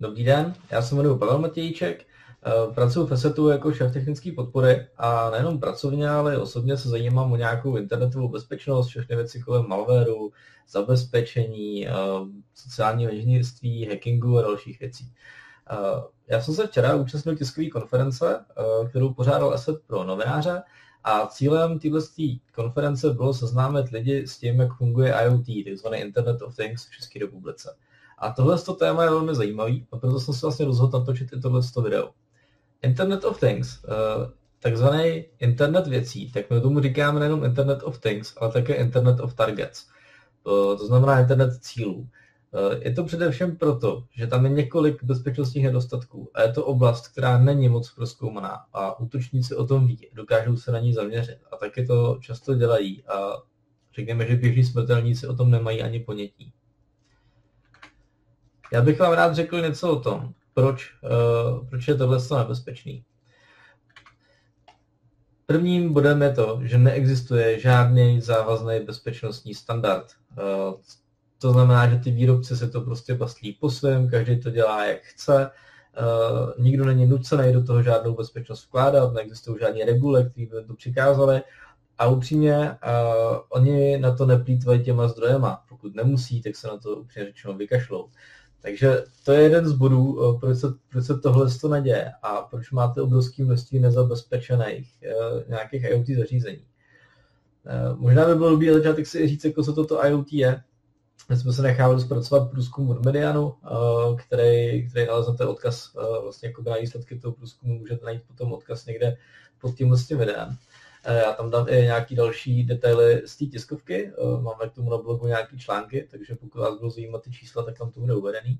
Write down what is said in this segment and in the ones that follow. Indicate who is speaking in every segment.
Speaker 1: Dobrý den, já se jmenuji Pavel Matějíček, pracuji v ESETu jako šéf technické podpory a nejenom pracovně, ale osobně se zajímám o nějakou internetovou bezpečnost, všechny věci kolem malwareu, zabezpečení, sociálního inženýrství, hackingu a dalších věcí. Já jsem se včera účastnil tiskové konference, kterou pořádal ESET pro novináře, a cílem této konference bylo seznámit lidi s tím, jak funguje IoT, takzvaný Internet of Things v České republice. A tohle téma je velmi zajímavý, a proto jsem se vlastně rozhodl natočit i tohleto video. Internet of Things, takzvaný internet věcí, tak my tomu říkáme nejenom Internet of Things, ale také Internet of Targets. To znamená internet cílů. Je to především proto, že tam je několik bezpečnostních nedostatků a je to oblast, která není moc prozkoumaná a útočníci o tom ví, dokážou se na ní zaměřit a taky to často dělají a řekněme, že běžní smrtelníci o tom nemají ani ponětí. Já bych vám rád řekl něco o tom, proč je tohle nebezpečný. Prvním bodem je to, že neexistuje žádný závazný bezpečnostní standard. To znamená, že ty výrobci se to prostě bastlí po svém, každý to dělá jak chce, nikdo není nucený do toho žádnou bezpečnost vkládat, neexistují žádné regule, které by to přikázali a upřímně oni na to neplýtvají těma zdrojema. Pokud nemusí, tak se na to upřímně řečeno vykašlou. Takže to je jeden z bodů, proč se tohle neděje a proč máte obrovské množství nezabezpečených nějakých IoT zařízení. Možná by bylo dobré začátek si říct, jako co toto IoT je. My jsme se nechávali zpracovat průzkum od Medianu, který naleznete odkaz vlastně jako na výsledky toho průzkumu, můžete najít potom odkaz někde pod tímhle videem. Já tam dám i nějaký další detaily z té tiskovky, máme k tomu na blogu nějaké články, takže pokud vás budou zajímat ty čísla, tak tam to bude uvedený.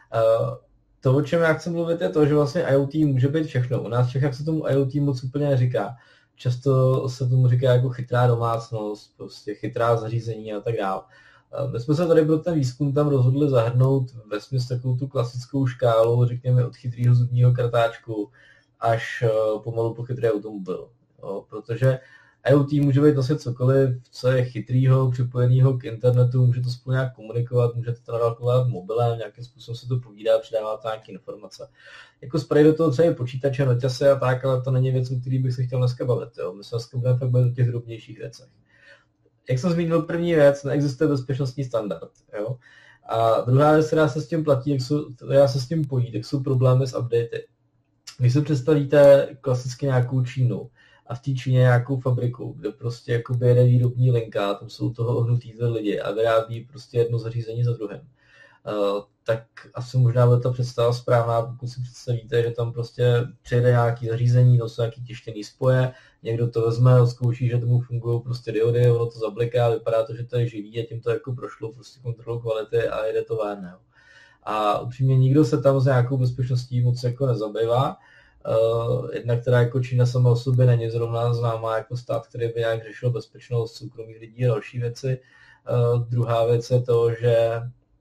Speaker 1: To, o čem já chci mluvit, je to, že vlastně IoT může být všechno. U nás v Čechách se tomu IoT moc úplně neříká. Často se tomu říká jako chytrá domácnost, prostě chytrá zařízení a tak dále. My jsme se tady pro ten výzkum tam rozhodli zahrnout vesměs takovou tu klasickou škálu, řekněme od chytrýho zubního kartáčku až pomalu po chytrý automobil. Protože IoT může být vlastně cokoliv, co je chytrýho, připojeného k internetu, může to spolu nějak komunikovat, můžete to nadálkovat mobilem, nějakým způsobem se to povídá, předává to nějaké informace. Jako spadají do toho třeba počítače, noťasy a tak, ale to není věc, o který bych se chtěl dneska bavit. Jo. My se dneska budeme fakt bavit o těch drobnějších věcech. Jak jsem zmínil, první věc, neexistuje bezpečnostní standard. Jo. A druhá věc, která se s tím platí, která se s tím pojí, tak jsou problémy s updaty. Když si představíte klasicky nějakou Čínu, a v té Číně nějakou fabriku, kde prostě jakoby jede výrobní linka, tam jsou toho ohnutý lidi a vyrábí prostě jedno zařízení za druhým. Tak asi možná bude ta představa správná, pokud si představíte, že tam prostě přijede nějaký zařízení, to jsou nějaký tištěný spoje, někdo to vezme, odzkouší, že tomu fungují prostě diody, ono to zabliká, vypadá to, že to je živý a tím to jako prošlo prostě kontrolu kvality a jede to ven. A upřímně nikdo se tam s nějakou bezpečností moc jako nezabývá. Jedna, která jako Čína sama o sobě není zrovna známá jako stát, který by nějak řešil bezpečnost soukromých lidí a další věci. Druhá věc je to, že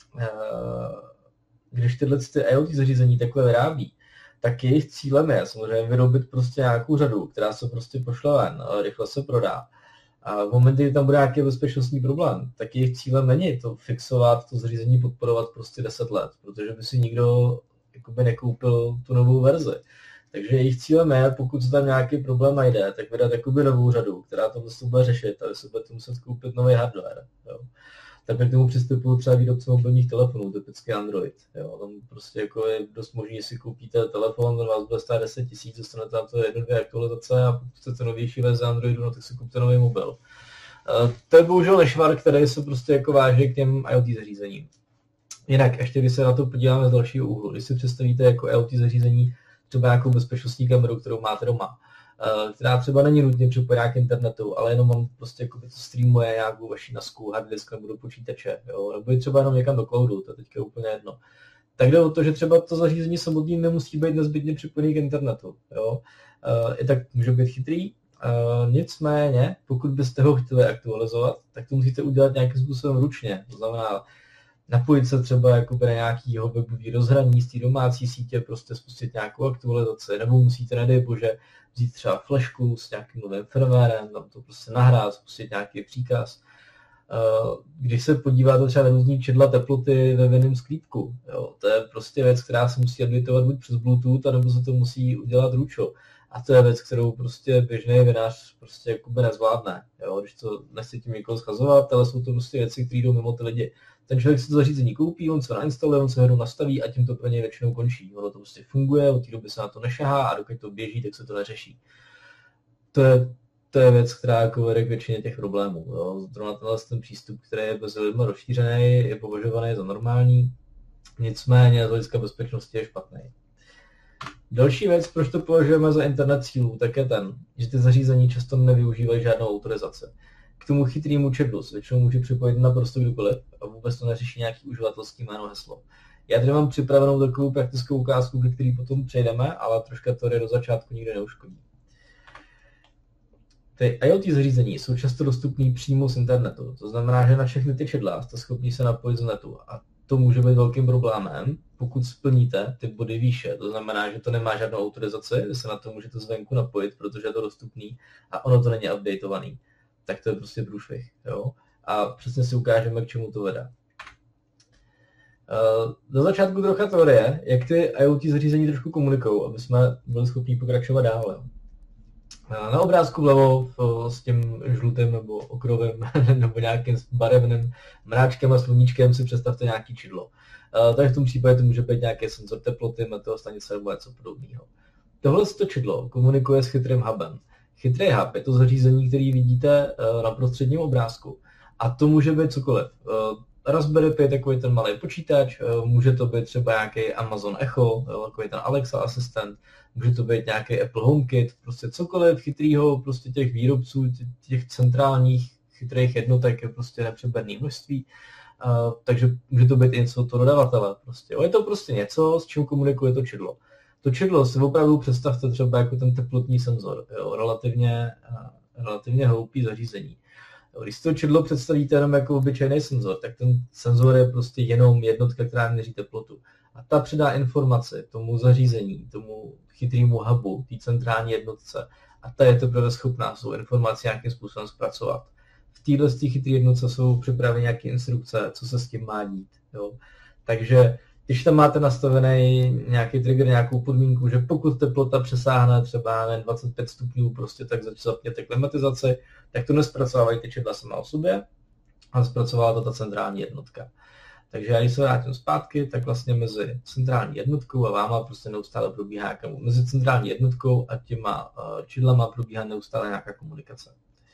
Speaker 1: když tyhle IoT zařízení takhle vyrábí, tak jejich cílem je samozřejmě vyrobit prostě nějakou řadu, která se prostě pošle ven, rychle se prodá. A v momentě, kdy tam bude nějaký bezpečnostní problém, tak jejich cílem není to fixovat, to zařízení podporovat prostě 10 let, protože by si nikdo jakoby nekoupil tu novou verzi. Takže jejich cílem je, pokud se tam nějaký problém najde, tak vydat jakoby novou řadu, která to vlastně bude řešit a vy si budete muset koupit nový hardware. Jo. Tak k tomu přistupují třeba výrobci mobilních telefonů, typicky Android. Jo. Tam prostě jako je dost možné, že si koupíte telefon, ten vás bude stát 10 000, dostanete tam to 1-2 aktualizace a pokud chcete novější verze Androidu, no, tak si kupte nový mobil. To je bohužel nešvar, který se prostě jako váží k těm IoT zařízením. Jinak, ještě když se na to podíváme z dalšího úhlu, když si představíte jako IoT zařízení třeba nějakou bezpečnostní kameru, kterou máte doma, která třeba není nutně připojená k internetu, ale jenom vám prostě jako to streamuje nějakou vaši NASku, harddisk nebo do počítače, jo, nebo je třeba jenom někam do cloudu, to je teďka úplně jedno. Tak jde o to, že třeba to zařízení samotné nemusí být nezbytně připojený k internetu. Jo. I tak může být chytrý, nicméně, pokud byste ho chtěli aktualizovat, tak to musíte udělat nějakým způsobem ručně, to znamená napojit se třeba jakoby na nějakýho webový rozhraní z té domácí sítě, prostě spustit nějakou aktualizaci, nebo musíte, nedej bože, vzít třeba flešku s nějakým novým firmwarem, tam to prostě nahrát, spustit nějaký příkaz. Když se podíváte třeba na různý čidla teploty ve vinném sklípku, jo, to je prostě věc, která se musí admitovat buď přes Bluetooth, anebo se to musí udělat ručo. A to je věc, kterou prostě běžný vinař prostě jakoby nezvládne. Jo? Když to nechci tím někoho schazovat, ale jsou to prostě věci, které jdou mimo ty lidi. Ten člověk si to zařízení koupí, on se nainstaluje, on se hru nastaví a tím to pro něj většinou končí. Ono to prostě funguje, od té doby se na to nešahá a dokud to běží, tak se to neřeší. To je věc, která jako vede k většině těch problémů. Jo? Zrovna ten přístup, který je mezi lidmi rozšířený, je považovaný za normální, nicméně z hlediska bezpečnosti je špatný. Další věc, proč to považujeme za internet cílů, tak je ten, že ty zařízení často nevyužívají žádnou autorizaci. K tomu chytrýmu čidlu se většinou může připojit naprosto kdokoliv a vůbec to neřeší nějaký uživatelský jméno heslo. Já tady mám připravenou takovou praktickou ukázku, ke který potom přejdeme, ale troška teorie do začátku nikdy neuškodí. Ty IoT zařízení jsou často dostupné přímo z internetu, to znamená, že na všechny ty čidla jste schopni se napojit z netu a to může být velkým problémem, pokud splníte ty body výše. To znamená, že to nemá žádnou autorizaci, že se na to můžete zvenku napojit, protože je to dostupný a ono to není updateovaný. Tak to je prostě průšvih. Jo? A přesně si ukážeme, k čemu to vede. Do začátku trocha teorie, jak ty IoT zařízení trošku komunikují, aby jsme byli schopni pokračovat dál. Jo? Na obrázku vlevo s tím žlutým nebo okrovým nebo nějakým barevným mráčkem a sluníčkem si představte nějaký čidlo. Tak v tom případě to může být nějaký senzor teploty, meteostanice nebo něco podobného. Tohle čidlo komunikuje s chytrým hubem. Chytrý hub je to zařízení, který vidíte na prostředním obrázku. A to může být cokoliv. Raspberry Pi je takový ten malý počítač, může to být třeba nějaký Amazon Echo, takový ten Alexa asistent, může to být nějaký Apple HomeKit, prostě cokoliv chytrýho, prostě těch výrobců, těch centrálních chytrých jednotek je prostě nepřeberné množství, takže může to být i něco toho dodavatele. Prostě. Je to prostě něco, s čím komunikuje to čidlo. To čidlo si opravdu představte třeba jako ten teplotní senzor, jo, relativně hloupý zařízení. Když si to čidlo představíte jenom jako obyčejný senzor, tak ten senzor je prostě jenom jednotka, která měří teplotu. A ta předá informace tomu zařízení, tomu chytrému hubu, té centrální jednotce. A ta je teprve schopná svou informaci nějakým způsobem zpracovat. V této chytré jednotce jsou připraveny nějaké instrukce, co se s tím má dít. Jo. Takže když tam máte nastavený nějaký trigger, nějakou podmínku, že pokud teplota přesáhne třeba 25 stupňů, prostě tak zapněte klimatizaci, tak to nespracovávají ty čidla sama o sobě, ale zpracovává to ta centrální jednotka. Takže já když se vrátím zpátky, tak vlastně mezi centrální jednotkou a váma prostě neustále probíhá mezi centrální jednotkou a těma čidlama probíhá neustále nějaká komunikace.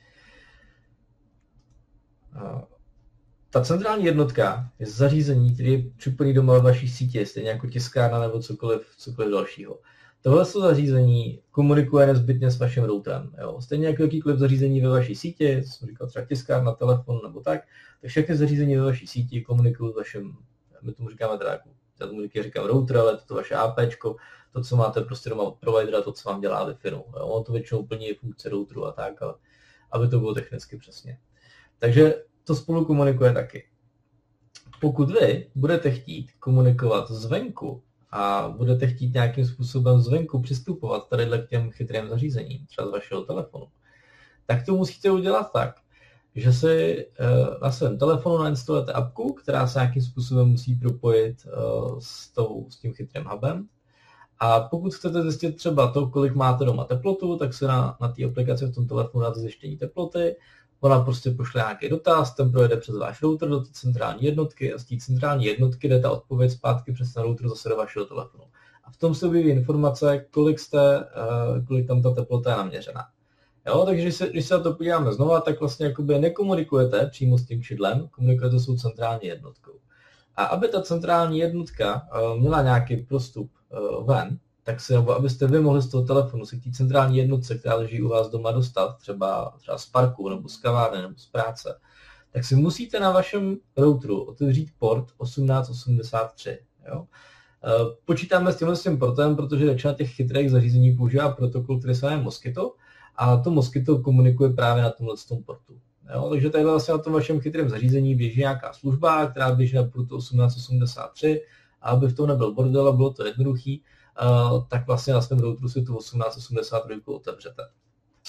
Speaker 1: Ta centrální jednotka je zařízení, které je připojené do vaší sítě, stejně jako tiskárna nebo cokoliv dalšího. Tohle zařízení komunikuje nezbytně s vaším routerem. Jo. Stejně jako jakýkoliv zařízení ve vaší síti, jsem říkal třeba tiskárna, telefon nebo tak všechny zařízení ve vaší síti komunikují s vaším, my tomu říkáme teda, já tomu říkám router, ale to vaše APčko, to, co máte prostě doma od providera, to, co vám dělá Wi-Fi. On to většinou plní funkce routeru a tak, ale aby to bylo technicky přesně. Takže to spolu komunikuje taky. Pokud vy budete chtít komunikovat zvenku a budete chtít nějakým způsobem zvenku přistupovat tadyhle k těm chytrým zařízením, třeba z vašeho telefonu, tak to musíte udělat tak, že si na svém telefonu nainstalujete apku, která se nějakým způsobem musí propojit s tím chytrým hubem. A pokud chcete zjistit třeba to, kolik máte doma teplotu, tak se na té aplikaci v tom telefonu dáte zjištění teploty. Ona prostě pošle nějaký dotaz, ten projede přes váš router do té centrální jednotky a z té centrální jednotky jde ta odpověď zpátky přes ten router zase do vašeho telefonu. A v tom se objeví informace, kolik tam ta teplota je naměřená. Jo, takže když se na to podíváme znova, tak vlastně jakoby nekomunikujete přímo s tím čidlem, komunikujete s tou centrální jednotkou. A aby ta centrální jednotka měla nějaký prostup ven, tak si, nebo abyste vy mohli z toho telefonu se k té centrální jednotce, která leží u vás doma, dostat, třeba z parku, nebo z kavárny, nebo z práce, tak si musíte na vašem routeru otevřít port 1883. Jo? Počítáme s tím portem, protože většina těch chytrých zařízení používá protokol, který se jmenuje Mosquito, a to Mosquito komunikuje právě na tomhle portu. Jo? Takže tady vlastně na tom vašem chytrém zařízení běží nějaká služba, která běží na portu 1883, a aby v tom nebyl bordel a bylo to jednoduchý, tak vlastně na svém routeru si tu 1883 otevřete.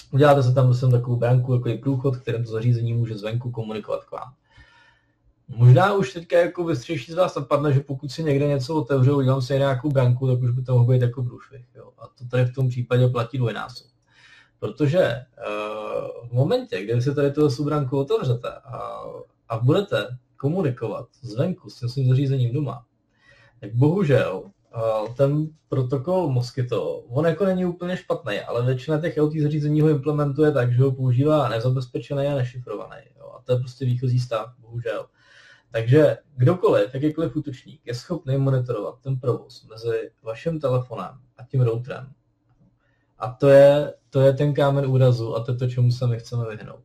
Speaker 1: Uděláte se tam prostě takovou bránku, takový průchod, kterým to zařízení může zvenku komunikovat k vám. Možná už teďka jako bystřejší z vás napadne, že pokud si někde něco otevřou, udělám si nějakou branku, tak už by to mohlo být jako průšvih. Jo? A to tady v tom případě platí dvojnásob. Protože v momentě, kdy si tady tuhle branku otevřete a budete komunikovat zvenku s tím svým zařízením doma, tak bohužel ten protokol Mosquito, on jako není úplně špatný, ale většina těch IoT zařízení ho implementuje tak, že ho používá nezabezpečený a nešifrovaný. Jo? A to je prostě výchozí stav, bohužel. Takže kdokoliv, jakýkoliv útočník je schopný monitorovat ten provoz mezi vaším telefonem a tím routerem. A to je ten kámen úrazu a to je to, čemu se my chceme vyhnout.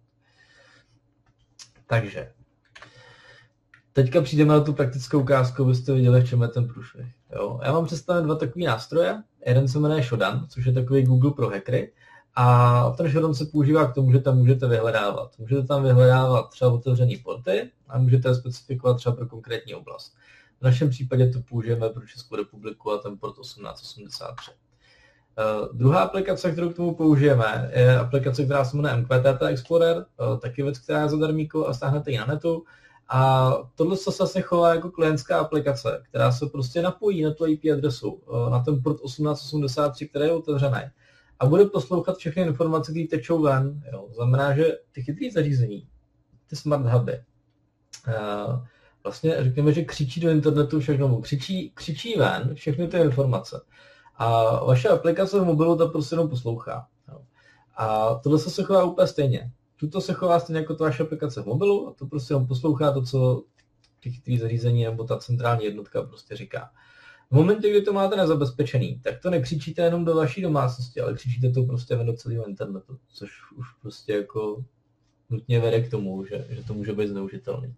Speaker 1: Takže teďka přijdeme na tu praktickou ukázku, abyste viděli, v čem je ten průšvih. Jo? Já vám představím dva takové nástroje. Jeden se jmenuje Shodan, což je takový Google pro hackery. A ten Shodan se používá k tomu, že tam můžete vyhledávat. Můžete tam vyhledávat třeba otevřený porty a můžete je specifikovat třeba pro konkrétní oblast. V našem případě to použijeme pro Českou republiku a ten port 1883. Druhá aplikace, kterou k tomu použijeme, je aplikace, která se jmenuje MQTT Explorer, taky věc, která je zadarmíko a stáhnete ji na netu. A tohle se vlastně chová jako klientská aplikace, která se prostě napojí na tu IP adresu, na ten port 1883, který je otevřený. A bude poslouchat všechny informace, které tečou ven. Jo. Znamená, že ty chytré zařízení, ty smart huby, vlastně řekněme, že křičí do internetu všechno, křičí ven všechny ty informace. A vaše aplikace v mobilu to prostě jenom poslouchá. Jo. A tohle se chová úplně stejně. Tuto se chová stejně jako ta vaše aplikace v mobilu a to prostě jenom poslouchá to, co ty chytré zařízení nebo ta centrální jednotka prostě říká. V momentě, kdy to máte nezabezpečený, tak to nekřičíte jenom do vaší domácnosti, ale křičíte to prostě ven do celého internetu, což už prostě jako nutně vede k tomu, že to může být zneužitelný.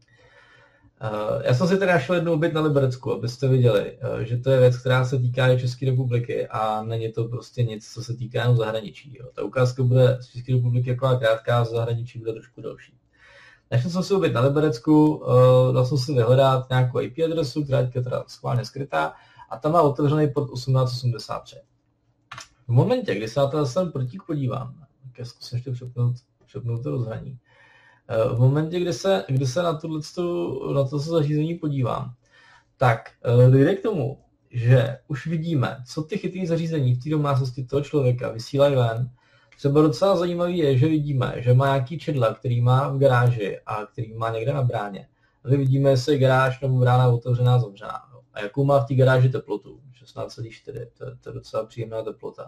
Speaker 1: Já jsem si teda šel jednou byt na Liberecku, abyste viděli, že to je věc, která se týká i České republiky a není to prostě nic, co se týká jenom zahraničí. Jo. Ta ukázka bude z České republiky jako krátká, a z zahraničí bude trošku delší. Našel jsem si byt na Liberecku, dal jsem si vyhledat nějakou IP adresu, která je teda schválně skrytá a tam má otevřený port 1883. V momentě, kdy se na ten protík podívám, tak já zkusím ještě přepnout to rozhraní. V momentě, kdy se na to zařízení podívám, tak dojde k tomu, že už vidíme, co ty chytré zařízení v té domácnosti toho člověka vysílají ven. Třeba docela zajímavý je, že vidíme, že má nějaký čidla, který má v garáži a který má někde na bráně. A vidíme, jestli je garáž nebo brána otevřená, zavřená. A jakou má v té garáži teplotu? 16,4, to je docela příjemná teplota.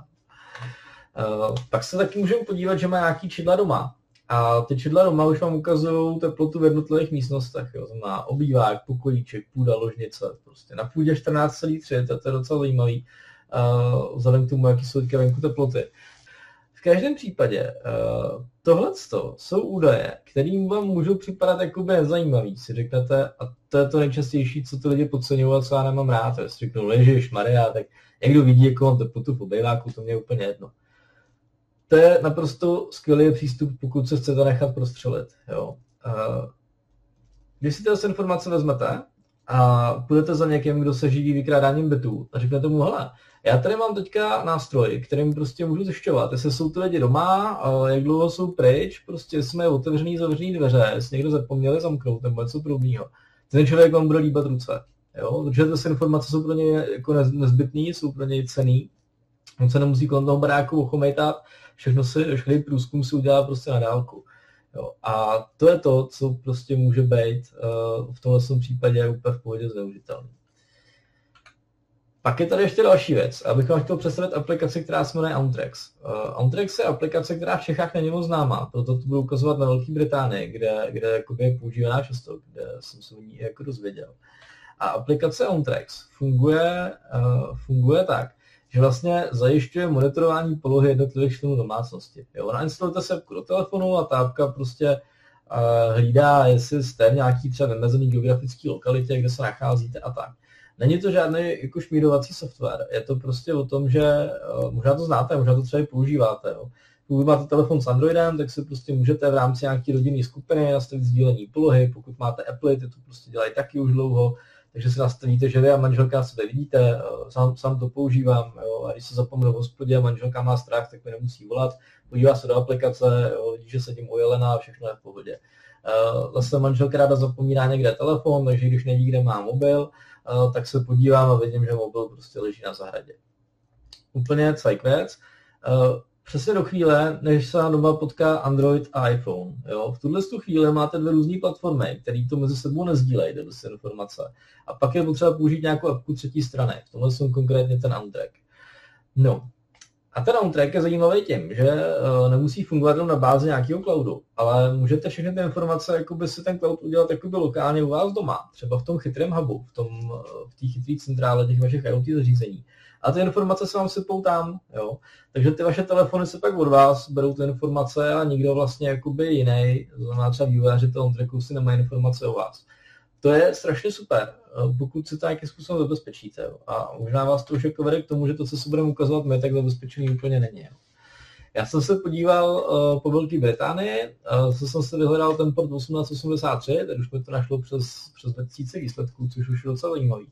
Speaker 1: Pak se taky můžeme podívat, že má nějaký čidla doma. A ty čidla doma už vám ukazují teplotu v jednotlivých místnostech. Jo. Znamená obývák, pokojíček, půda, ložnice. Prostě na půdě 14,3, to je docela zajímavý, vzhledem k tomu, jaký jsou teďka venku teploty. V každém případě tohleto jsou údaje, kterým vám můžou připadat jakoby nezajímavý, si řeknete, a to je to nejčastější, co ty lidi podceňují a co já nemám rád. Si řeknou, ježišmarja, tak někdo vidí, jakou mám teplotu v obýváku, to mě je úplně jedno. To je naprosto skvělý přístup, pokud se chcete nechat prostřelit. Jo. Když si ty informace vezmete a půjdete za někým, kdo se živí vykrádáním bytů a řeknete mu, hele, já tady mám teďka nástroj, kterým prostě můžu zjišťovat, jestli jsou ty lidi doma, jak dlouho jsou pryč, prostě jestli mají otevřený, zavřený dveře, jestli někdo zapomněli zamknout nebo něco podobného. Ten člověk vám bude líbat ruce. Jo? Protože ty informace jsou pro ně jako nezbytné, jsou pro něj cenný. On se nemusí kolem toho baráku ochomejtat, všechny průzkum si udělá prostě na dálku. Jo. A to je to, co prostě může být v tomhle případě úplně v pohodě zneužitelný. Pak je tady ještě další věc. Abych vám chtěl představit aplikaci, která se jmenuje Ontrex. Ontrex je aplikace, která v Čechách není moc známá, proto to budu ukazovat na Velké Británii, kde je používaná často, kde jsem se o ní jako dozvěděl. A aplikace Ontrex funguje tak, že vlastně zajišťuje monitorování polohy jednotlivých členů domácnosti. Nainstalujete se do telefonu a ta apka prostě hlídá, jestli jste v nějaký třeba vymezený geografický lokalitě, kde se nacházíte a tak. Není to žádný jako šmírovací software, je to prostě o tom, že možná to znáte, možná to třeba i používáte. Jo. Pokud máte telefon s Androidem, tak si prostě můžete v rámci nějaké rodinné skupiny nastavit sdílení polohy, pokud máte Apple, ty to prostě dělají taky už dlouho, takže si nastavíte, že vy a manželka sebe vidíte, sám to používám, jo, a když se zapomenu v hospodě a manželka má strach, tak mi nemusí volat, podívá se do aplikace, jo, vidí, že se tím ujelená a všechno je v pohodě. Zase manželka ráda zapomíná někde telefon, takže když neví, kde má mobil, tak se podívám a vidím, že mobil prostě leží na zahradě. Úplně cajk věc. Přesně do chvíle, než se doma potká Android a iPhone. Jo? V tuhle chvíli máte dvě různé platformy, které to mezi sebou nezdílejí, tyhle informace. A pak je potřeba použít nějakou apku třetí strany. V tomhle jsou konkrétně ten OnTrack. No. A ten OnTrack je zajímavý tím, že nemusí fungovat jenom na bázi nějakého cloudu, ale můžete všechny ty informace, jakoby si ten cloud udělat jakoby lokálně u vás doma, třeba v tom chytrém hubu, v té chytré centrále těch vašich IoT zařízení. A ty informace se vám sypou tam, jo. Takže ty vaše telefony se pak od vás berou ty informace a nikdo vlastně jakoby jiný, znamená třeba vývojáři toho OnTracku si nemají informace o vás. To je strašně super, pokud si to nějakým způsobem zabezpečíte. Jo. A možná vás to už jako vede k tomu, že to, co se budeme ukazovat my, tak zabezpečený úplně není. Jo. Já jsem se podíval po Velké Británii, jsem se vyhledal ten port 1883, tady už mi to našlo přes 2000 výsledků, což už je docela zajímavý.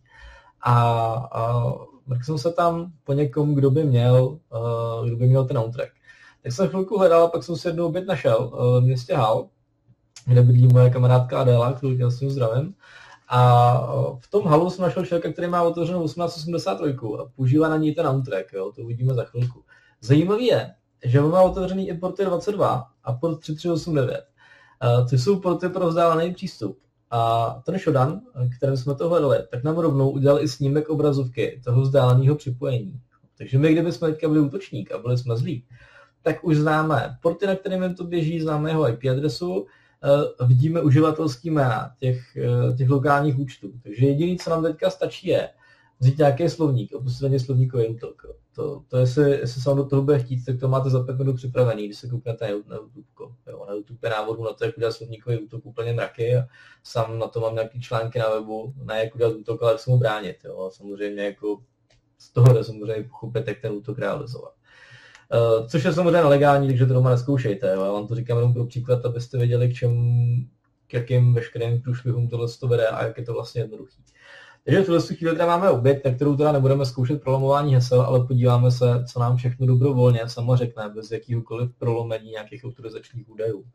Speaker 1: A mrkl jsem se tam po někom, kdo by měl ten OnTrack. Tak jsem chvilku hledal, pak jsem si jednou oběd našel v městě Hull, kde bydlí moje kamarádka Adéla, kterou tě s tím zdravím. A v tom Hullu jsem našel člověka, který má otevřenou 1883 a používá na ní ten OnTrack, jo, to uvidíme za chvilku. Zajímavý je, že on má otevřený i porty 22 a port 3389, což jsou porty pro vzdálený přístup. A ten Shodan, kterým jsme to hledali, tak nám rovnou udělal i snímek obrazovky toho vzdáleného připojení. Takže my, kdybychom teďka byli útočník a byli jsme zlí, tak už známe porty, na kterým to běží, známe jeho IP adresu, vidíme uživatelský jména těch lokálních účtů. Takže jediné, co nám teďka stačí, je vzít nějaký slovník a posledně slovníkový útok. To jestli se vám do toho bude chtít, tak to máte za 5 minut připravený, když se kouknete na YouTube. Jo, na YouTube je návodu na to, jak udělat slovníkový útok úplně mraky a sám na to mám nějaký články na webu, ne jak udělat útok, ale jak se mu bránit. Jo. Samozřejmě jako z toho jde samozřejmě pochopit, jak ten útok realizovat. Což je samozřejmě nelegální, takže to doma nezkoušejte. Jo. Já vám to říkám jenom pro příklad, abyste věděli, k jakým veškerým průšvihům tohle to vede a jak je to vlastně jednoduchý. Takže v tuhle chvíli teda máme oběť, na kterou teda nebudeme zkoušet prolomování hesel, ale podíváme se, co nám všechno dobrovolně sama řekne, bez jakýhokoliv prolomení nějakých autorizačních údajů.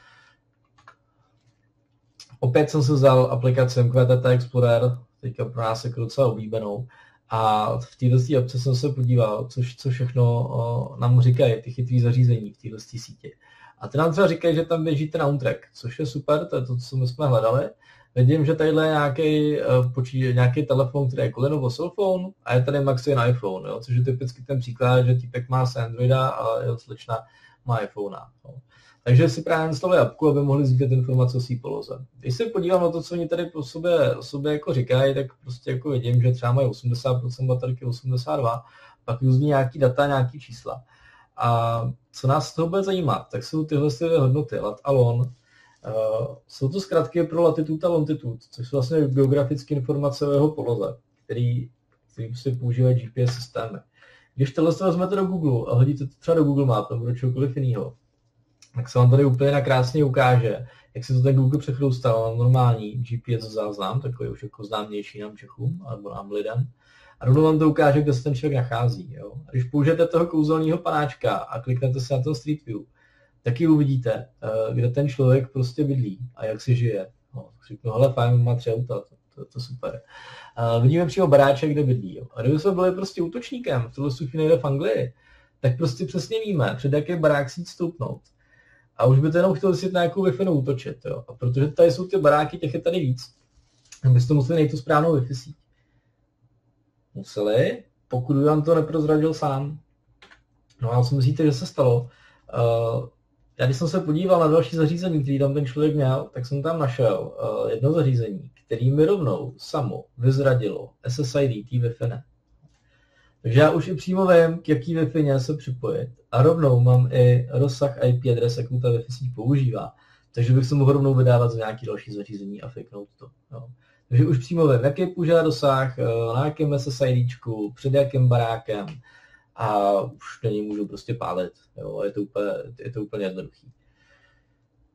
Speaker 1: Opět jsem se vzal aplikaci MQTT Explorer, teďka pro nás jako docela oblíbenou, a v této apce jsem se podíval, co všechno nám říkají ty chytrý zařízení v této síti. A ty nám třeba říkají, že tam běží ten OnTrack, což je super, to je to, co my jsme hledali. Vidím, že tadyhle je nějaký telefon, který je Collinovo cellphone a je tady Maxi na iPhone, jo, což je typicky ten příklad, že týpek má se Androida a jeho slečna má iPhonea. Jo. Takže si právě instalují apku, aby mohli sdílet informace o svý poloze. Když se podívám na to, co oni tady po sobě jako říkají, tak prostě jako vidím, že třeba mají 80% baterky, 82%, pak různí nějaký data, nějaký čísla. A co nás z toho bude zajímat, tak jsou tyhle hodnoty, lat a lon. Jsou to zkratky pro latitude a longitude, což jsou vlastně geografické informace o jeho poloze, který si používají GPS systémy. Když tohle vezmete do Google a hodíte to třeba do Google Map nebo do čehokoliv jiného, tak se vám tady úplně nakrásně ukáže, jak se to ten Google přechroustal na normální GPS záznam, takový už jako známější nám Čechům nebo nám lidem. A rovnou vám to ukáže, kde se ten člověk nachází. Jo? A když použijete toho kouzelného panáčka a kliknete se na ten Street View, taky uvidíte, kde ten člověk prostě bydlí a jak si žije. No, řeknu, hele, fajn, má 3 auta, to super. Vidíme přímo baráček, kde bydlí. Jo. A kdyby jsme byli prostě útočníkem, v tuhle chvíli nejde v Anglii, tak prostě přesně víme, před jaký barák si jít stoupnout. A už by to jenom chtěl si na nějakou Wi-Fi útočit. Jo. A protože tady jsou ty baráky, těch je tady víc, byste museli najít tu správnou Wi-Fi síť. Museli, pokud by vám to neprozradil sám. No a co myslíte, že se stalo? Já když jsem se podíval na další zařízení, který tam ten člověk měl, tak jsem tam našel jedno zařízení, který mi rovnou samo vyzradilo SSID té Wi-Fi. Takže já už i přímo vím, k jaký Wi-Fi se připojit. A rovnou mám i rozsah IP adres, jakou ta Wi-Fi síť používá. Takže bych se mohl rovnou vydávat za nějaký další zařízení a fakenout to. Jo. Takže už přímo vím, jaký používá dosah, na jakém SSIDčku, před jakým barákem, a už na něj můžu prostě pálit. Jo, je to úplně jednoduchý.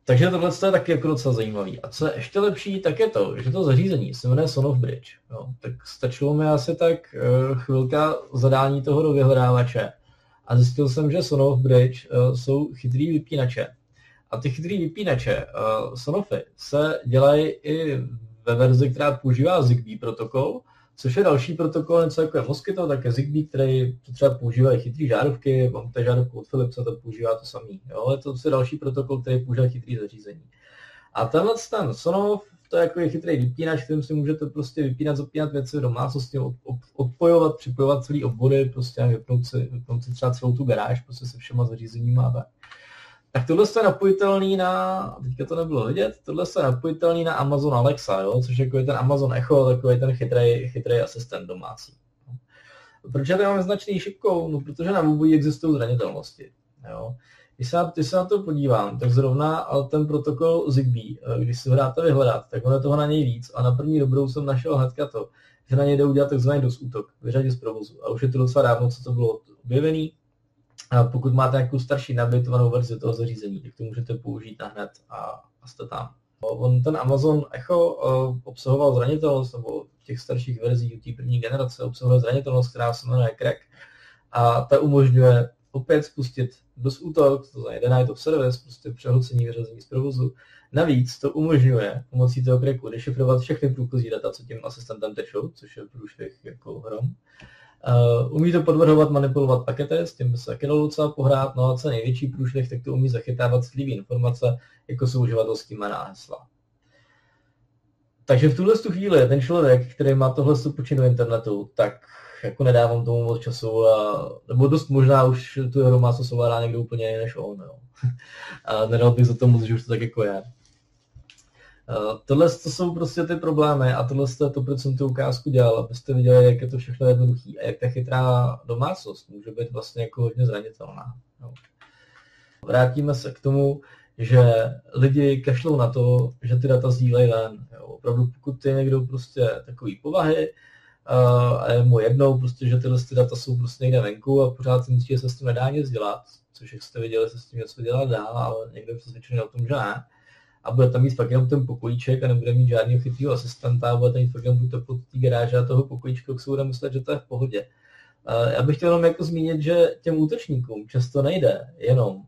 Speaker 1: Takže tohle je taky jako docela zajímavý. A co je ještě lepší, tak je to, že to zařízení se jmenuje Sonos Bridge. Jo. Tak stačilo mi asi tak chvilka zadání toho do vyhledávače a zjistil jsem, že Sonos Bridge jsou chytrý vypínače. A ty chytrý vypínače Sonofy se dělají i ve verzi, která používá Zigbee protokol, což je další protokol, něco jako je Mosquito, tak je Zigbee, který třeba používají chytrý žárovky, mám tady žárovku od Philipsa, to používá to samý. Jo? Je to další protokol, který používá chytrý zařízení. A tenhle ten Sonos, to je jako je chytrý vypínač, kterým si můžete prostě vypínat, zapínat věci v domácnosti, odpojovat, připojovat celý obvody, prostě vypnout si třeba celou tu garáž, prostě se všema zařízeníma. Tak tohle je napojitelný na, teďka to nebylo vidět, tohle je napojitelný na Amazon Alexa, jo? Což jako je ten Amazon Echo, takový ten chytrý asistent domácí. Proč já to mám značný šipkou? No, protože na obojí existují zranitelnosti. Jo? Když se na to podívám, tak zrovna ale ten protokol Zigbee, když si ho dáte vyhledat, tak on je toho na něj víc a na první dobrou jsem našel hnedka to, že na něj jde udělat takzvaný DOS útok, vyřadit z provozu. A už je to docela dávno, co to bylo objevený. A pokud máte nějakou starší nahabilitovanou verzi toho zařízení, tak to můžete použít nahned a jste tam. Ten Amazon Echo obsahoval zranitelnost, nebo v těch starších verzích té první generace obsahuje zranitelnost, která se jmenuje crack. A ta umožňuje opět spustit DOS útok, to znamená denial of service, prostě přehlcení vyřazení z provozu. Navíc to umožňuje pomocí toho cracku dešifrovat všechny průchozí data, co tím asistentem tečou, což je průšvih jako hrom. Umí to podvrhovat, manipulovat pakety, s tím by se taky dalo docela pohrát, no a co největší průšvih, tak to umí zachytávat citlivé informace, jako jsou uživatelský jména a hesla. Takže v tuhle chvíli ten člověk, který má tohle počinu internetu, tak jako nedávám tomu moc času, nebo dost možná už tu hru má se ovládá někdo úplně jiný než on. Jo. A nedal bych za to moc, že už to tak jako je. Tohle to jsou prostě ty problémy a tohle je to, proč jsem tu ukázku dělal, abyste viděli, jak je to všechno jednoduchý a jak ta chytrá domácnost může být vlastně jako hodně zranitelná. Jo. Vrátíme se k tomu, že lidi kašlou na to, že ty data sdílejí ven. Jo. Opravdu pokud je někdo prostě takový povahy a je mu jednou, prostě, že tyhle data jsou prostě někde venku a pořád si myslí, že se s tím nedá nic dělat, což jak jste viděli, se s tím něco dělat dá, ale někdo je přesvědčený o tom, že ne. A bude tam mít fakt jenom ten pokojíček a nebude mít žádného chytrýho asistenta a bude tam mít fakt jenom tu teplotu té garáže a toho pokojíčka, jak se bude myslet, že to je v pohodě. Já bych chtěl jenom jako zmínit, že těm útočníkům často nejde jenom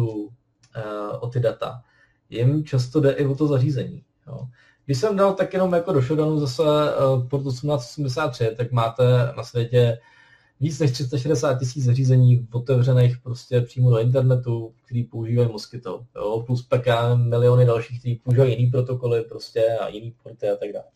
Speaker 1: o ty data. Jim často jde i o to zařízení. Jo. Když jsem dal tak jenom jako do showdownu zase port 1883, tak máte na světě víc než 360 000 zařízení otevřených prostě přímo do internetu, který používají Mosquito, jo, plus pak miliony dalších, kteří používají jiný protokoly prostě a jiný porty a tak dále.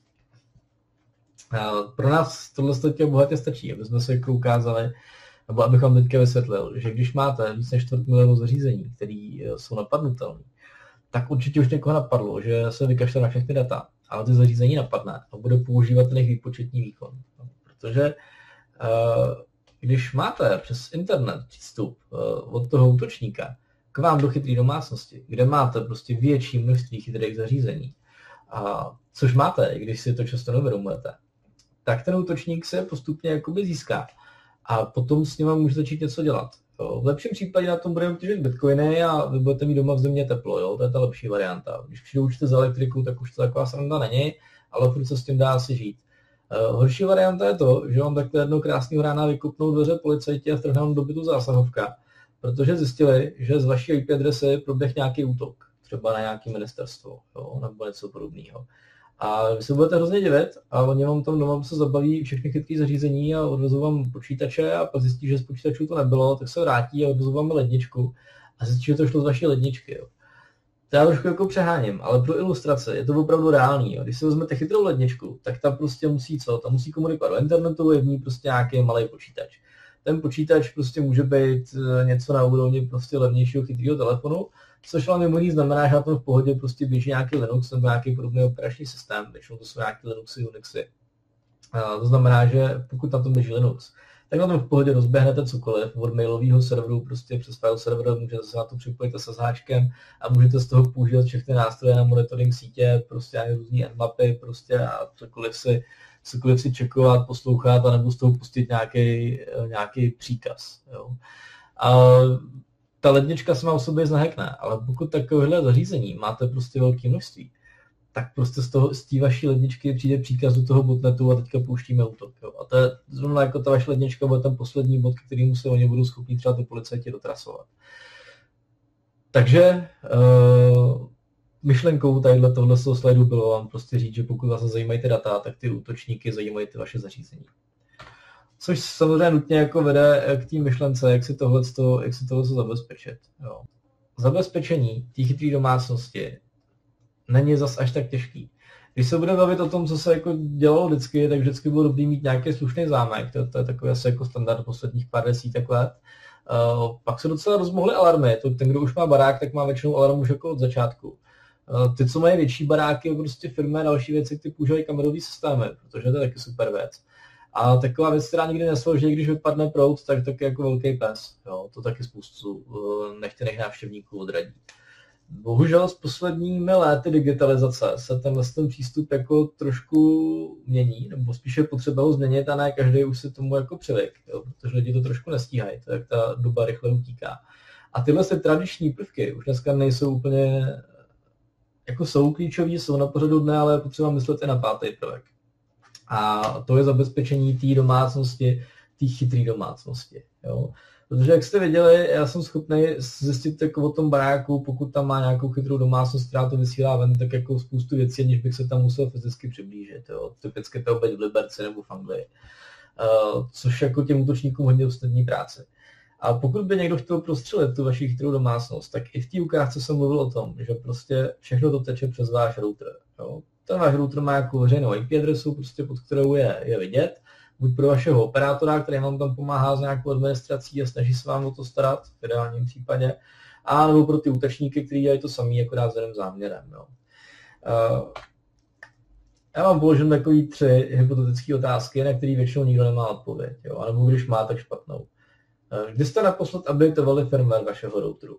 Speaker 1: Pro nás tohle teďka bohatě stačí, aby jsme se jako ukázali, nebo abych vám teďka vysvětlil, že když máte víc než 250 000 zařízení, které jsou napadnutelné, tak určitě už někoho napadlo, že se vykašle na všechny data, ale ty zařízení napadne a bude používat ten jejich výpočetní výkon. Protože když máte přes internet přístup od toho útočníka k vám do chytré domácnosti, kde máte prostě větší množství chytrých zařízení, což máte, i když si to často neuvědomujete, tak ten útočník se postupně jakoby získá a potom s ním může začít něco dělat. Jo. V lepším případě na tom budeme těžit bitcoiny a vy budete mít doma v zimě teplo, jo? To je ta lepší varianta. Když přijde účty za elektriku, tak už to taková sranda není, ale furt se s tím dá asi žít. Horší varianta je to, že vám takhle jednou krásného rána vykopnou dveře policajti a strhnou do bytu zásahovka, protože zjistili, že z vaší IP adresy proběh nějaký útok, třeba na nějaké ministerstvo, jo, nebo něco podobného. A vy se budete hrozně divit a oni vám tam doma se zabaví všechny chytré zařízení a odvezou vám počítače a pak zjistí, že z počítačů to nebylo, tak se vrátí a odvezou vám ledničku a zjistí, že to šlo z vaší ledničky. Jo. To já trošku jako přeháním, ale pro ilustraci je to opravdu reálný. Jo. Když si vezmete chytrou ledničku, tak ta prostě musí co? Ta musí komunikovat do internetu, je v ní prostě nějaký malý počítač. Ten počítač prostě může být něco na úrovni prostě levnějšího chytrého telefonu, což ale mimo ní znamená, že na tom v pohodě prostě běží nějaký Linux nebo nějaký podobný operační systém, většinou to jsou nějaký Linuxy, Unixy. To znamená, že pokud na tom běží Linux, tak na tom v pohodě rozběhnete cokoliv od mailového serveru, prostě přes file server, můžete se na to připojit s SSHčkem a můžete z toho používat všechny nástroje na monitoring sítě, prostě různý nmapy, prostě a cokoliv si čekovat, poslouchat a nebo z toho pustit nějaký příkaz. Jo. A ta lednička se má o sobě znehekne, ale pokud takovéhle zařízení máte prostě velké množství, tak prostě z té vaší ledničky přijde příkaz do toho botnetu a teďka pouštíme útok. Jo. A to je zrovna jako ta vaše lednička bude ten poslední bod, kterýmu se oni budou schopni třeba ty policajti dotrasovat. Takže myšlenkou tohle slajdu bylo vám prostě říct, že pokud vás zajímají ty data, tak ty útočníky zajímají ty vaše zařízení. Což samozřejmě nutně jako vede k té myšlence, jak si tohle zabezpečit. Jo. Zabezpečení té chytré domácnosti není zas až tak těžký. Když se budeme bavit o tom, co se jako dělalo vždycky, tak vždycky bylo dobrý mít nějaký slušný zámek, to je takový asi jako standard posledních pár desítek let. Pak se docela rozmohly alarmy, ten, kdo už má barák, tak má většinou alarm už jako od začátku. Ty, co mají větší baráky, prostě firmy a další věci, ty používají kamerový systémy, protože to je taky super věc. A taková věc, která nikdy nesloží, když vypadne proud, tak je jako velký pes. Jo, to taky spoustu nechtěných návštěvníků odradí. Bohužel s posledními léty digitalizace se ten přístup jako trošku mění, nebo spíše potřeba ho změnit a ne každý už se tomu jako přivyk, jo, protože lidi to trošku nestíhají, to jak ta doba rychle utíká. A tyhle tradiční prvky už dneska nejsou úplně, jako jsou klíčový, jsou na pořadu dne, ale je potřeba myslet i na pátý prvek. A to je zabezpečení té domácnosti, té chytré domácnosti. Jo. Protože jak jste viděli, já jsem schopný zjistit jako o tom baráku, pokud tam má nějakou chytrou domácnost, která to vysílá ven, tak jako spoustu věcí, aniž bych se tam musel fyzicky přiblížit. Jo. Typicky to oběť v Liberci nebo v Anglii. Což jako těm útočníkům hodně usnadní práci. A pokud by někdo chtěl prostřelit tu vaši chytrou domácnost, tak i v té ukázce jsem mluvil o tom, že prostě všechno to teče přes váš router. Jo. Ten váš router má jako veřejnou IP adresu, prostě pod kterou je vidět, buď pro vašeho operátora, který vám tam pomáhá s nějakou administrací a snaží se vám o to starat, v ideálním případě, a nebo pro ty útočníky, kteří dělají to samý, akorát s jiným záměrem. Jo. Já vám položím takový 3 hypotetické otázky, na které většinou nikdo nemá odpověď, jo, anebo když má, tak špatnou. Kdy jste naposled updateovali firmware vašeho routeru?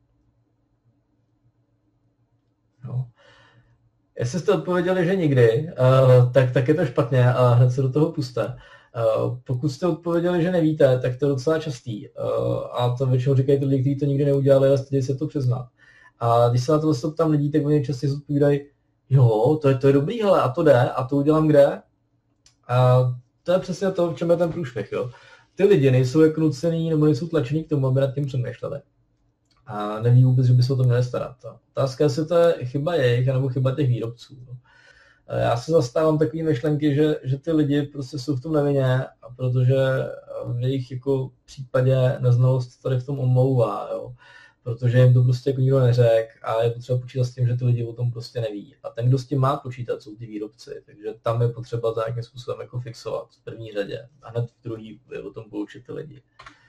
Speaker 1: No. Jestli jste odpověděli, že nikdy, tak je to špatně a hned se do toho puste. Pokud jste odpověděli, že nevíte, tak to je docela častý. A to většinou říkají ty lidi, kteří to nikdy neudělali, ale stydí se to přiznat. A když se na to ptám lidí, tak oni často odpovídají, jo, to je dobrý, hele, a to jde, a to udělám kde? A to je přesně to, v čem je ten průšvih, jo. Ty lidi nejsou jako nucený nebo nejsou tlačený k tomu, aby nad tím přemýšleli. A neví vůbec, že by se o to měli starat. Otázka je, jestli to je chyba jejich, nebo chyba těch výrobců. Já se zastávám takové myšlenky, že ty lidi prostě jsou v tom nevinně, a protože v jejich jako případě neznalost tady v tom omlouvá, jo. Protože jim to prostě jako nikdo neřekl a je potřeba počítat s tím, že ty lidi o tom prostě neví. A ten, kdo s tím má počítat, jsou ty výrobci, takže tam je potřeba to nějakým způsobem jako fixovat v první řadě a hned v druhý je o tom poučit ty lidi.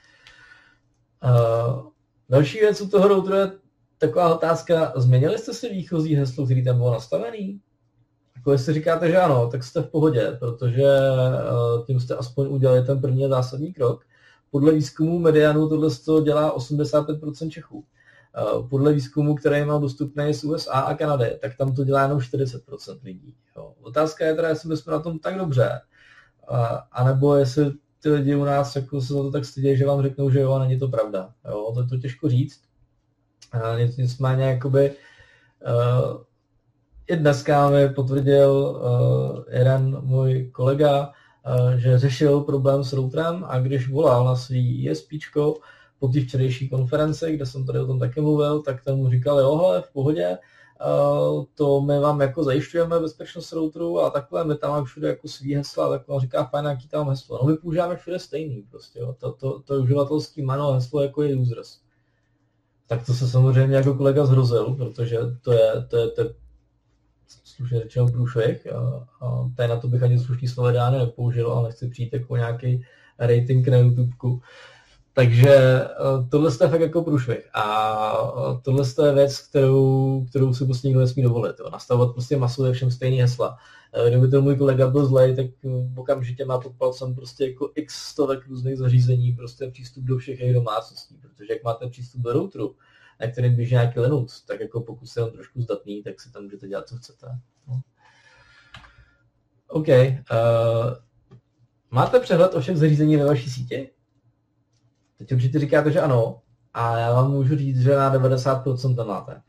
Speaker 1: Další věc u toho routeru je taková otázka, změnili jste si výchozí heslo, který tam bylo nastavený? Jako jestli říkáte, že ano, tak jste v pohodě, protože tím jste aspoň udělali ten první zásadní krok. Podle výzkumu Medianu tohle dělá 85% Čechů. Podle výzkumu, který mám dostupný z USA a Kanady, tak tam to dělá jenom 40% lidí. Jo. Otázka je teda, jestli jsme na tom tak dobře, anebo jestli ty lidi u nás jako se za to tak stydí, že vám řeknou, že jo, a není to pravda. Jo, to je to těžko říct. Nicméně jakoby i dneska mi potvrdil jeden můj kolega, že řešil problém s routerem a když volal na svý ISPčko po té včerejší konferenci, kde jsem tady o tom taky mluvil, tak ten mu říkal, jo, hele, v pohodě, to my vám jako zajišťujeme bezpečnost routeru a takhle, my tam máme všude jako svý hesla, tak on říká, fajn, jaký tam heslo. No my používáme všude stejný prostě, jo. To je uživatelský jméno heslo jako je users. Tak to se samozřejmě jako kolega zhrozil, protože to je slušně řečeno průšvih a tady na to bych ani slušný slovedány nepoužil, ale nechci přijít jako nějaký rating na YouTubeku. Takže tohle je fakt jako průšvih a tohle je věc, kterou si prostě nikdo nesmí dovolit. Jo. Nastavovat prostě masově všem stejný hesla. Kdyby ten můj kolega byl zlej, tak okamžitě má pod palcem prostě jako x stovek různých zařízení, prostě přístup do všech jejich domácností, protože jak máte přístup do routeru, na kterým běží nějaký Linux, tak jako pokud jste jenom trošku zdatný, tak si tam můžete dělat, co chcete. No. OK. Máte přehled o všech zařízení ve vaší síti? Teď určitě říkáte, že ano. A já vám můžu říct, že na 90% to máte.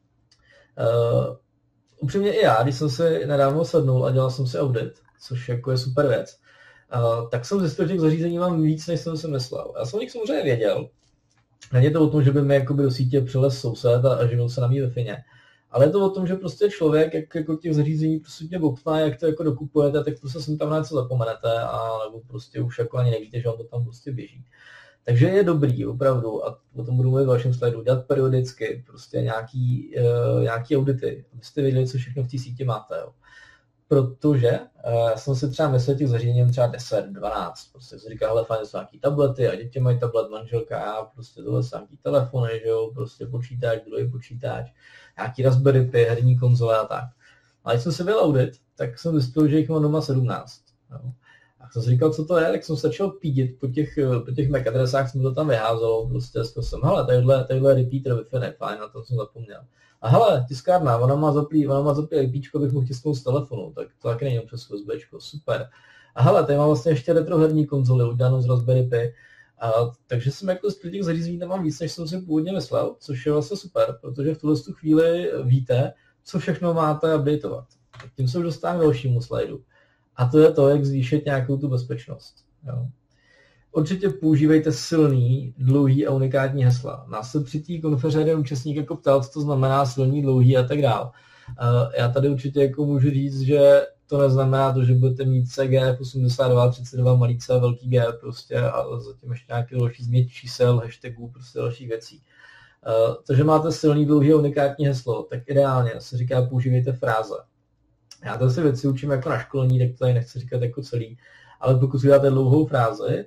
Speaker 1: Upřímně i já, když jsem si nedávno sednul a dělal jsem si audit, což jako je super věc, tak jsem zjistil, že těch zařízení mám víc, než jsem si myslel. Já jsem o nich samozřejmě věděl. Není to o tom, že by mi do sítě přilez soused a živil se na mý Wi-Fi, ale je to o tom, že prostě člověk, jak jako těch zařízení prostě bobtná, jak to jako dokupujete, tak prostě sem tam na něco zapomenete a nebo prostě už jako ani nevíte, že vám to tam prostě běží. Takže je dobrý opravdu, a o tom budu mluvit v vašem slajdu, dělat periodicky prostě nějaký audity, abyste věděli, co všechno v té síti máte. Jo. Protože já jsem si třeba myslel těch zařízení třeba 10, 12, prostě si říkal, hele, fajn, jsou nějaký tablety a děti mají tablet, manželka, já prostě tohle jsou nějaký telefony, že jo, prostě počítač, druhý počítač, nějaký Raspberry Pi, herní konzole a tak. A když jsem si byl audit, tak jsem zjistil, že jich mám doma 17. Jo. A jsem si říkal, co to je, tak jsem začal pídit po těch MAC adresách, jsem to tam vyházelo, prostě jsem, hele, tadyhle repeater Wi-Fi, fajn, na to jsem zapomněl. A hele, tiskárna, ona má zaplý IPčko, bych mohl tisknout z telefonu, tak to taky není přes USBčko, super. A hele, tady mám vlastně ještě retroherní konzoli udělanou z Raspberry Pi, takže jsem jako z těch zařízení tam mám víc, než jsem si původně myslel, což je vlastně super, protože v tuhle chvíli víte, co všechno máte updateovat. Tím se už dostávám k dalšímu slajdu. A to je to, jak zvýšit nějakou tu bezpečnost. Jo. Určitě používejte silný, dlouhý a unikátní hesla. Nás se při té konferenci jeden účastník jako ptal, co to znamená silný, dlouhý a tak dál. Já tady určitě jako můžu říct, že to neznamená to, že budete mít CGF 82, 32, malý C, velký G prostě a zatím ještě nějaký další změť čísel, hashtagů, prostě dalších věcí. To, že máte silný, dlouhý a unikátní heslo, tak ideálně se říká používejte fráze. Já to si věci učím jako na školení, tak to tady nechci říkat jako celý, ale pokud si dáte dlouhou frázi,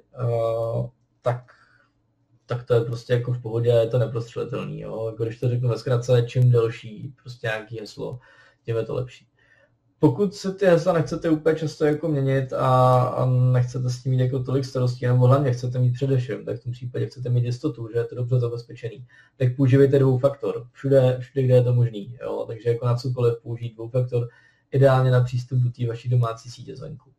Speaker 1: tak to je prostě jako v pohodě, je to neprostřelitelný. Jo? Jako když to řeknu ve zkratce, čím delší prostě nějaký heslo, tím je to lepší. Pokud se ty hesla nechcete úplně často jako měnit a nechcete s tím mít jako tolik starostí, nebo hlavně chcete mít především, tak v tom případě chcete mít jistotu, že je to dobře zabezpečený, tak používejte dvoufaktor. Všude, kde je to možný. Jo? Takže jako na cokoliv použít dvoufaktor, ideálně na přístup do té vaší domácí sítě zvenku.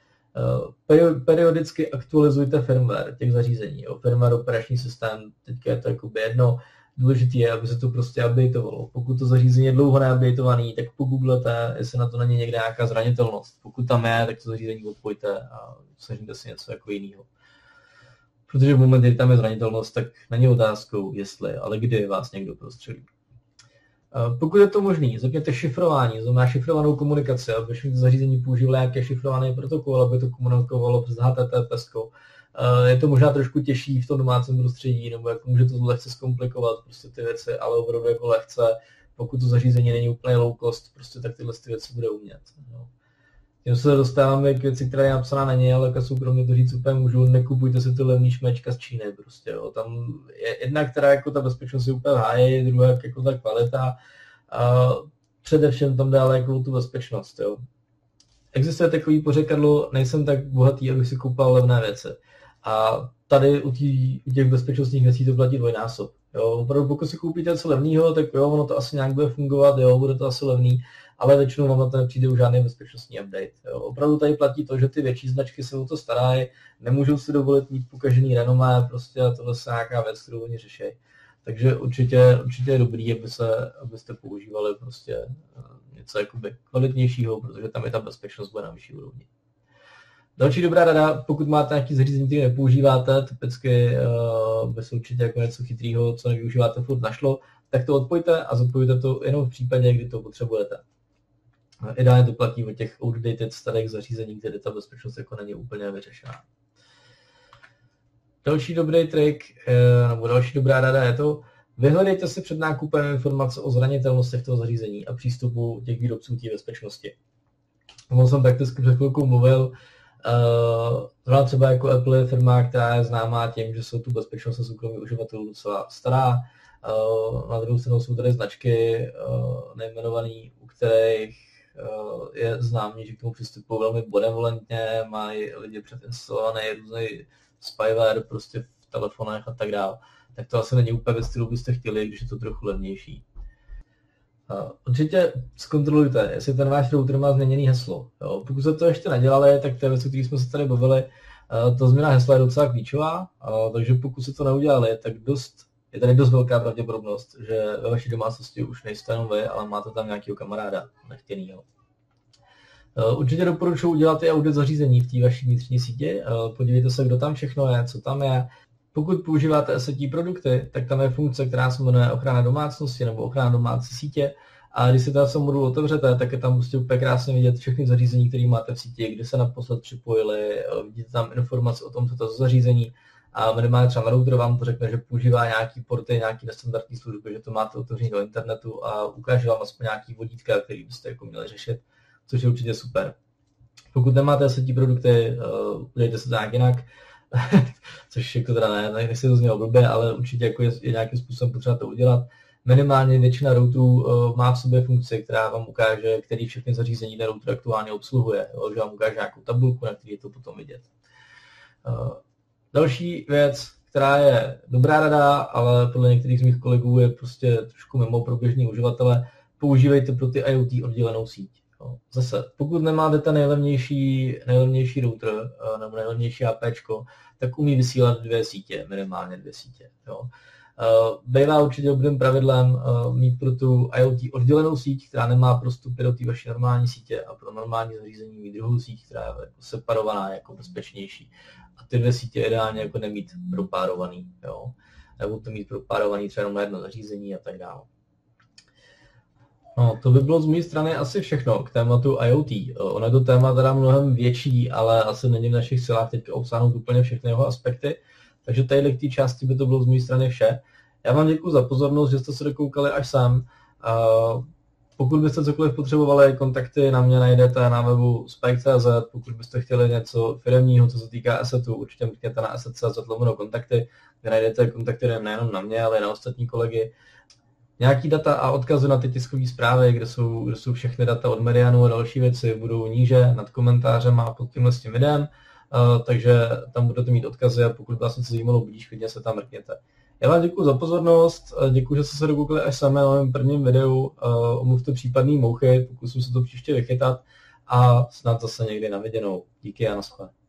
Speaker 1: Periodicky aktualizujte firmware těch zařízení. Jo. Firmware, operační systém, teďka je to jakoby jedno. Důležité je, aby se to prostě updateovalo. Pokud to zařízení je dlouho neupdateovaný, tak pogooglete, jestli na to není někde nějaká zranitelnost. Pokud tam je, tak to zařízení odpojte a snažíte si něco jako jiného. Protože v momentě, kdy tam je zranitelnost, tak není otázkou, jestli, ale kdy vás někdo prostřelí. Pokud je to možné, zapněte šifrování, znamená šifrovanou komunikaci, aby všechny zařízení používalo nějaké šifrovaný protokol, aby to komunikovalo přes HTTPS. Je to možná trošku těžší v tom domácím prostředí, nebo jako může to lehce zkomplikovat prostě ty věci, ale opravdu jako lehce, pokud to zařízení není úplně low cost, prostě tak tyhle věci bude umět. No. Tím se dostáváme k věci, která je napsaná není, ale jako soukromně to říct úplně můžu, nekupujte si ty levný šmečka z Číny prostě, jo. Tam je jedna, která jako ta bezpečnost je úplně v háji, druhá jako ta kvalita a především tam dále jako tu bezpečnost, jo. Existuje takový pořekadlo, nejsem tak bohatý, abych si koupal levné věci. A tady u těch bezpečnostních věcí to platí dvojnásob. Jo. Opravdu pokud si koupíte něco levného, tak jo, ono to asi nějak bude fungovat, jo, bude to asi levný, ale většinou vám na to nepřijde už žádný bezpečnostní update. Jo. Opravdu tady platí to, že ty větší značky se o to starají, nemůžou si dovolit mít pokažený renomé, prostě a tohle je nějaká věc, kterou oni řeší. Takže určitě je dobrý, abyste používali prostě něco jakoby kvalitnějšího, protože tam je ta bezpečnost bude na vyšší úrovni. Další dobrá rada, pokud máte nějaké zařízení, které nepoužíváte, typicky by se určitě jako něco chytrého, co nevyužíváte, furt našlo, tak to odpojte a zapojte to jenom v případě, kdy to potřebujete. Ideálně to platí o těch outdated starých zařízení, kde ta bezpečnost jako není úplně vyřešená. Další dobrý trik, nebo další dobrá rada je to, vyhledejte si před nákupem informace o zranitelnostech toho zařízení a přístupu těch výrobců té bezpečnosti. O jsem prakticky před chvilkou mluvil, třeba jako Apple je firma, která je známá tím, že jsou tu bezpečnost a soukromí uživatelů docela stará. Na druhou stranu jsou tady značky nejmenované, u kterých je známý, že k tomu přistupují velmi benevolentně, mají lidi předinstalovaný různý spyware prostě v telefonech a tak dále. Tak to asi není úplně věc, kterou byste chtěli, když je to trochu levnější. Určitě zkontrolujte, jestli ten váš router má změněný heslo. Jo. Pokud jste to ještě nedělali, tak to je věc, o které jsme se tady bavili. Ta změna hesla je docela klíčová, takže pokud se to neudělali, tak dost je tady dost velká pravděpodobnost, že ve vaší domácnosti už nejste jenom vy, ale máte tam nějakého kamaráda nechtěnýho. Určitě doporučuji udělat i audit zařízení v té vaší vnitřní síti. Podívejte se, kdo tam všechno je, co tam je. Pokud používáte asset produkty, tak tam je funkce, která se jmenuje ochrana domácnosti nebo ochrana domácí sítě. A když si ten modul otevřete, tak je tam prostě úplně krásně vidět všechny zařízení, které máte v síti, kde se naposled připojili, vidíte tam informace o tom, co to za zařízení. A minimálně třeba na router vám to řekne, že používá nějaký porty, nějaký nestandardní služby, že to máte otevřený do internetu a ukáže vám aspoň nějaký vodítka, který byste jako měli řešit, což je určitě super. Pokud nemáte asset produkty, udělejte se to nějak jinak, což jako teda ne, nechci to znělo blbě, ale určitě jako je nějakým způsobem potřeba to udělat. Minimálně většina routerů má v sobě funkci, která vám ukáže, který všechny zařízení ten router aktuálně obsluhuje, že vám ukáže nějakou tabulku, na který je to potom vidět. Další věc, která je dobrá rada, ale podle některých z mých kolegů je prostě trošku mimo pro běžní uživatele, používejte pro ty IoT oddělenou síť. Zase, pokud nemáte ten nejlevnější router nebo nejlevnější APčko, tak umí vysílat 2 sítě, minimálně 2 sítě. Jo. Bývá určitě dobrým pravidlem mít pro tu IoT oddělenou síť, která nemá prostupy do té vaší normální sítě, a pro normální zařízení mít druhou síť, která je jako separovaná, jako bezpečnější. A ty 2 sítě ideálně jako nemít propárovaný, jo. Nebo to mít propárovaný třeba jenom na jedno zařízení a tak dále. No, to by bylo z mé strany asi všechno k tématu IoT. Ono je to téma teda mnohem větší, ale asi není v našich silách teď obsáhnout úplně všechny jeho aspekty. Takže tady k té části by to bylo z mé strany vše. Já vám děkuji za pozornost, že jste se dokoukali až sem. Pokud byste cokoliv potřebovali, kontakty na mě najdete na webu spike.cz. Pokud byste chtěli něco firemního, co se týká assetu, určitě mrkněte na asset.cz/kontakty, kde najdete kontakty nejenom na mě, ale i na ostatní kolegy. Nějaký data a odkazy na ty tiskové zprávy, kde jsou všechny data od Merianu a další věci, budou níže nad komentářem a pod tímhle s tím videem, takže tam budete mít odkazy a pokud vás něco zajímalo, budíš, klidně se tam mrkněte. Já vám děkuji za pozornost, děkuji, že jste se dokoukali až sami na mém prvním videu, omluvte případný mouchy, pokusím se to příště vychytat a snad zase někdy na viděnou. Díky a naschle.